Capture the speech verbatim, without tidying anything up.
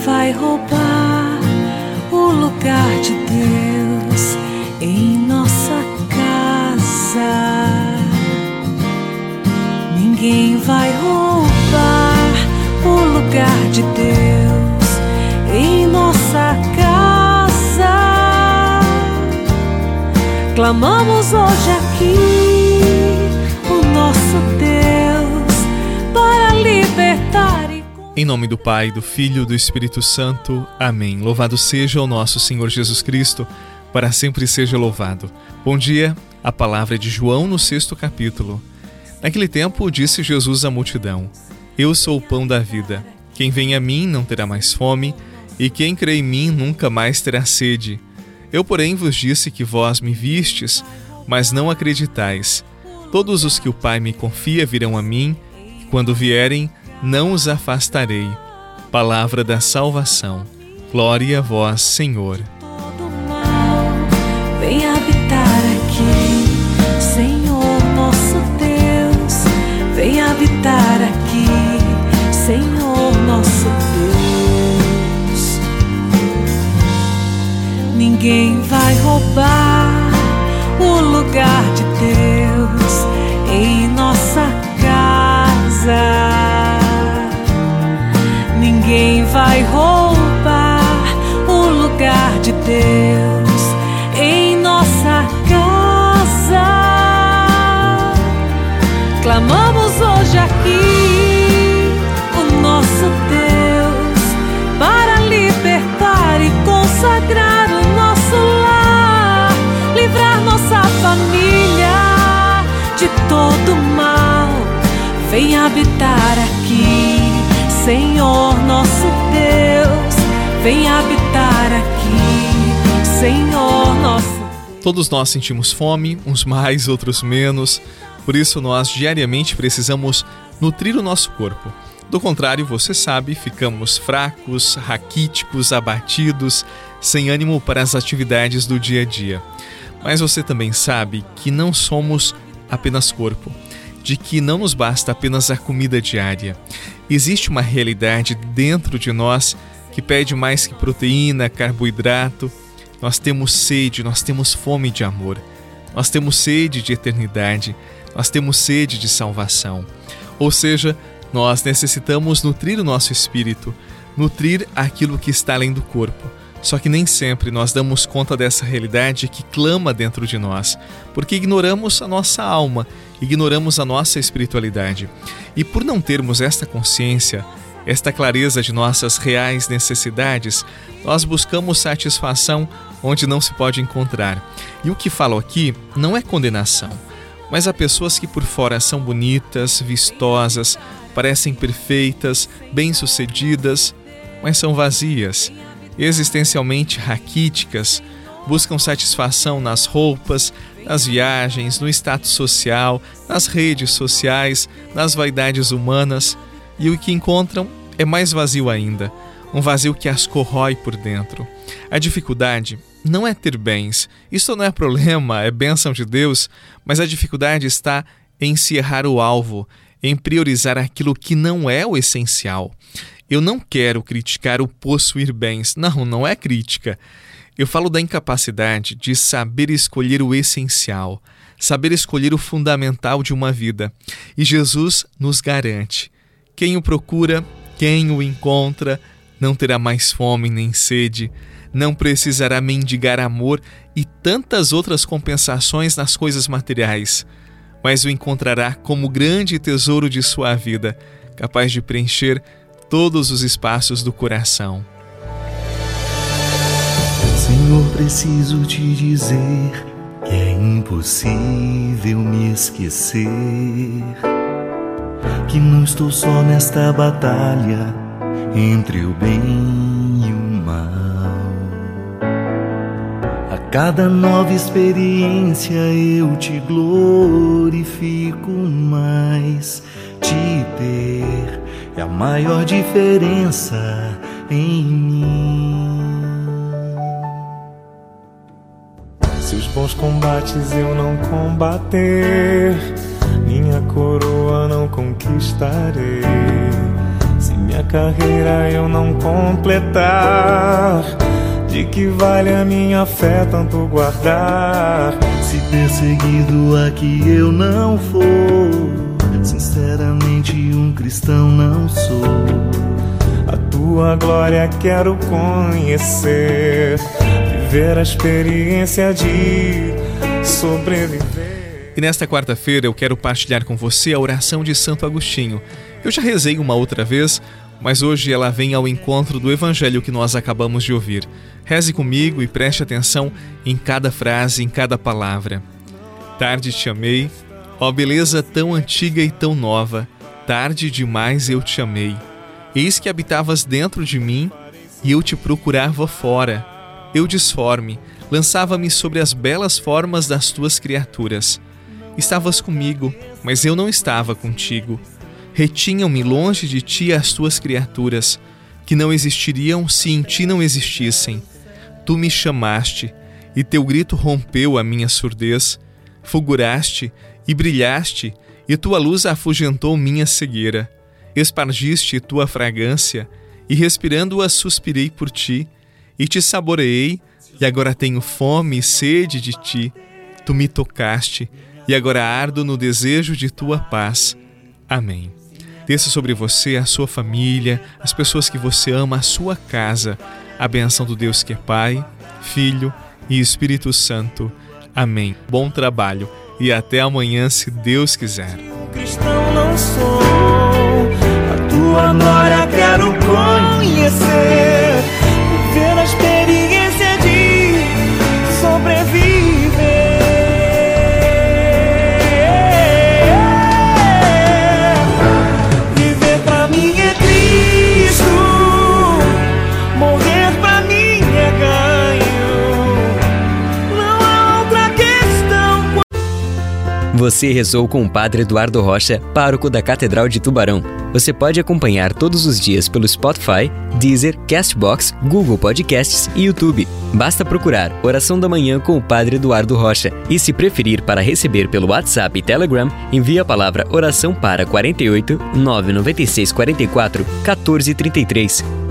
vai roubar o lugar de Deus em nossa casa. Ninguém vai roubar o lugar de Deus em nossa casa. Clamamos hoje aqui o nosso Deus para libertar. Em nome do Pai, do Filho e do Espírito Santo. Amém. Louvado seja o nosso Senhor Jesus Cristo, para sempre seja louvado. Bom dia, a palavra é de João no sexto capítulo. Naquele tempo disse Jesus à multidão: Eu sou o pão da vida. Quem vem a mim não terá mais fome, e quem crê em mim nunca mais terá sede. Eu, porém, vos disse que vós me vistes, mas não acreditais. Todos os que o Pai me confia virão a mim, e quando vierem, não os afastarei. Palavra da salvação. Glória a vós, Senhor. Todo mal vem habitar aqui, Senhor nosso Deus. Vem habitar aqui, Senhor nosso Deus. Ninguém vai roubar o lugar de Deus em nossa casa. Ninguém vai roubar o lugar de Deus em nossa casa. Clamamos hoje aqui o nosso Deus para libertar e consagrar o nosso lar, livrar nossa família de todo mal. Vem habitar aqui, Senhor nosso Deus, vem habitar aqui, Senhor nosso Deus. Todos nós sentimos fome, uns mais, outros menos. Por isso nós diariamente precisamos nutrir o nosso corpo. Do contrário, você sabe, ficamos fracos, raquíticos, abatidos, sem ânimo para as atividades do dia a dia. Mas você também sabe que não somos apenas corpo, de que não nos basta apenas a comida diária. Existe uma realidade dentro de nós que pede mais que proteína, carboidrato. Nós temos sede, nós temos fome de amor. Nós temos sede de eternidade. Nós temos sede de salvação. Ou seja, nós necessitamos nutrir o nosso espírito, nutrir aquilo que está além do corpo. Só que nem sempre nós damos conta dessa realidade que clama dentro de nós, porque ignoramos a nossa alma, ignoramos a nossa espiritualidade. E por não termos esta consciência, esta clareza de nossas reais necessidades, nós buscamos satisfação onde não se pode encontrar. E o que falo aqui não é condenação, mas há pessoas que por fora são bonitas, vistosas, parecem perfeitas, bem-sucedidas, mas são vazias, existencialmente raquíticas, buscam satisfação nas roupas, nas viagens, no status social, nas redes sociais, nas vaidades humanas, e o que encontram é mais vazio ainda, um vazio que as corrói por dentro. A dificuldade não é ter bens, isso não é problema, é bênção de Deus, mas a dificuldade está em se errar o alvo, em priorizar aquilo que não é o essencial. Eu não quero criticar o possuir bens, não, não é crítica. Eu falo da incapacidade de saber escolher o essencial, saber escolher o fundamental de uma vida. E Jesus nos garante: quem o procura, quem o encontra, não terá mais fome nem sede, não precisará mendigar amor e tantas outras compensações nas coisas materiais, mas o encontrará como grande tesouro de sua vida, capaz de preencher todos os espaços do coração. Senhor, preciso te dizer que é impossível me esquecer, que não estou só nesta batalha entre o bem e o mal. A cada nova experiência eu te glorifico mais. Te ter é a maior diferença em mim. Se os bons combates eu não combater, minha coroa não conquistarei. Se minha carreira eu não completar? De que vale a minha fé tanto guardar? Se perseguido aqui eu não for, sinceramente um cristão não sou. A tua glória quero conhecer, viver a experiência de sobreviver. E nesta quarta-feira eu quero partilhar com você a oração de Santo Agostinho. Eu já rezei uma outra vez, mas hoje ela vem ao encontro do evangelho que nós acabamos de ouvir. Reze comigo e preste atenção em cada frase, em cada palavra. Tarde te amei, ó beleza tão antiga e tão nova, tarde demais eu te amei. Eis que habitavas dentro de mim e eu te procurava fora. Eu disforme, lançava-me sobre as belas formas das tuas criaturas. Estavas comigo, mas eu não estava contigo. Retinham-me longe de ti as tuas criaturas, que não existiriam se em ti não existissem. Tu me chamaste, e teu grito rompeu a minha surdez. Fulguraste e brilhaste, e tua luz afugentou minha cegueira. Espargiste tua fragrância, e respirando-a suspirei por ti, e te saboreei, e agora tenho fome e sede de ti. Tu me tocaste, e agora ardo no desejo de tua paz. Amém. Desça sobre você, a sua família, as pessoas que você ama, a sua casa, a bênção do Deus que é Pai, Filho e Espírito Santo. Amém. Bom trabalho e até amanhã, se Deus quiser. Cristão não sou, a tua glória quero conhecer, viver a experiência de sobreviver. Viver pra mim é Cristo, morrer pra mim é ganho, não há outra questão. Você rezou com o Padre Eduardo Rocha, pároco da Catedral de Tubarão. Você pode acompanhar todos os dias pelo Spotify, Deezer, Castbox, Google Podcasts e YouTube. Basta procurar Oração da Manhã com o Padre Eduardo Rocha. E se preferir para receber pelo WhatsApp e Telegram, envie a palavra oração para quarenta e oito, nove nove seis, quarenta e quatro, quatorze, trinta e três.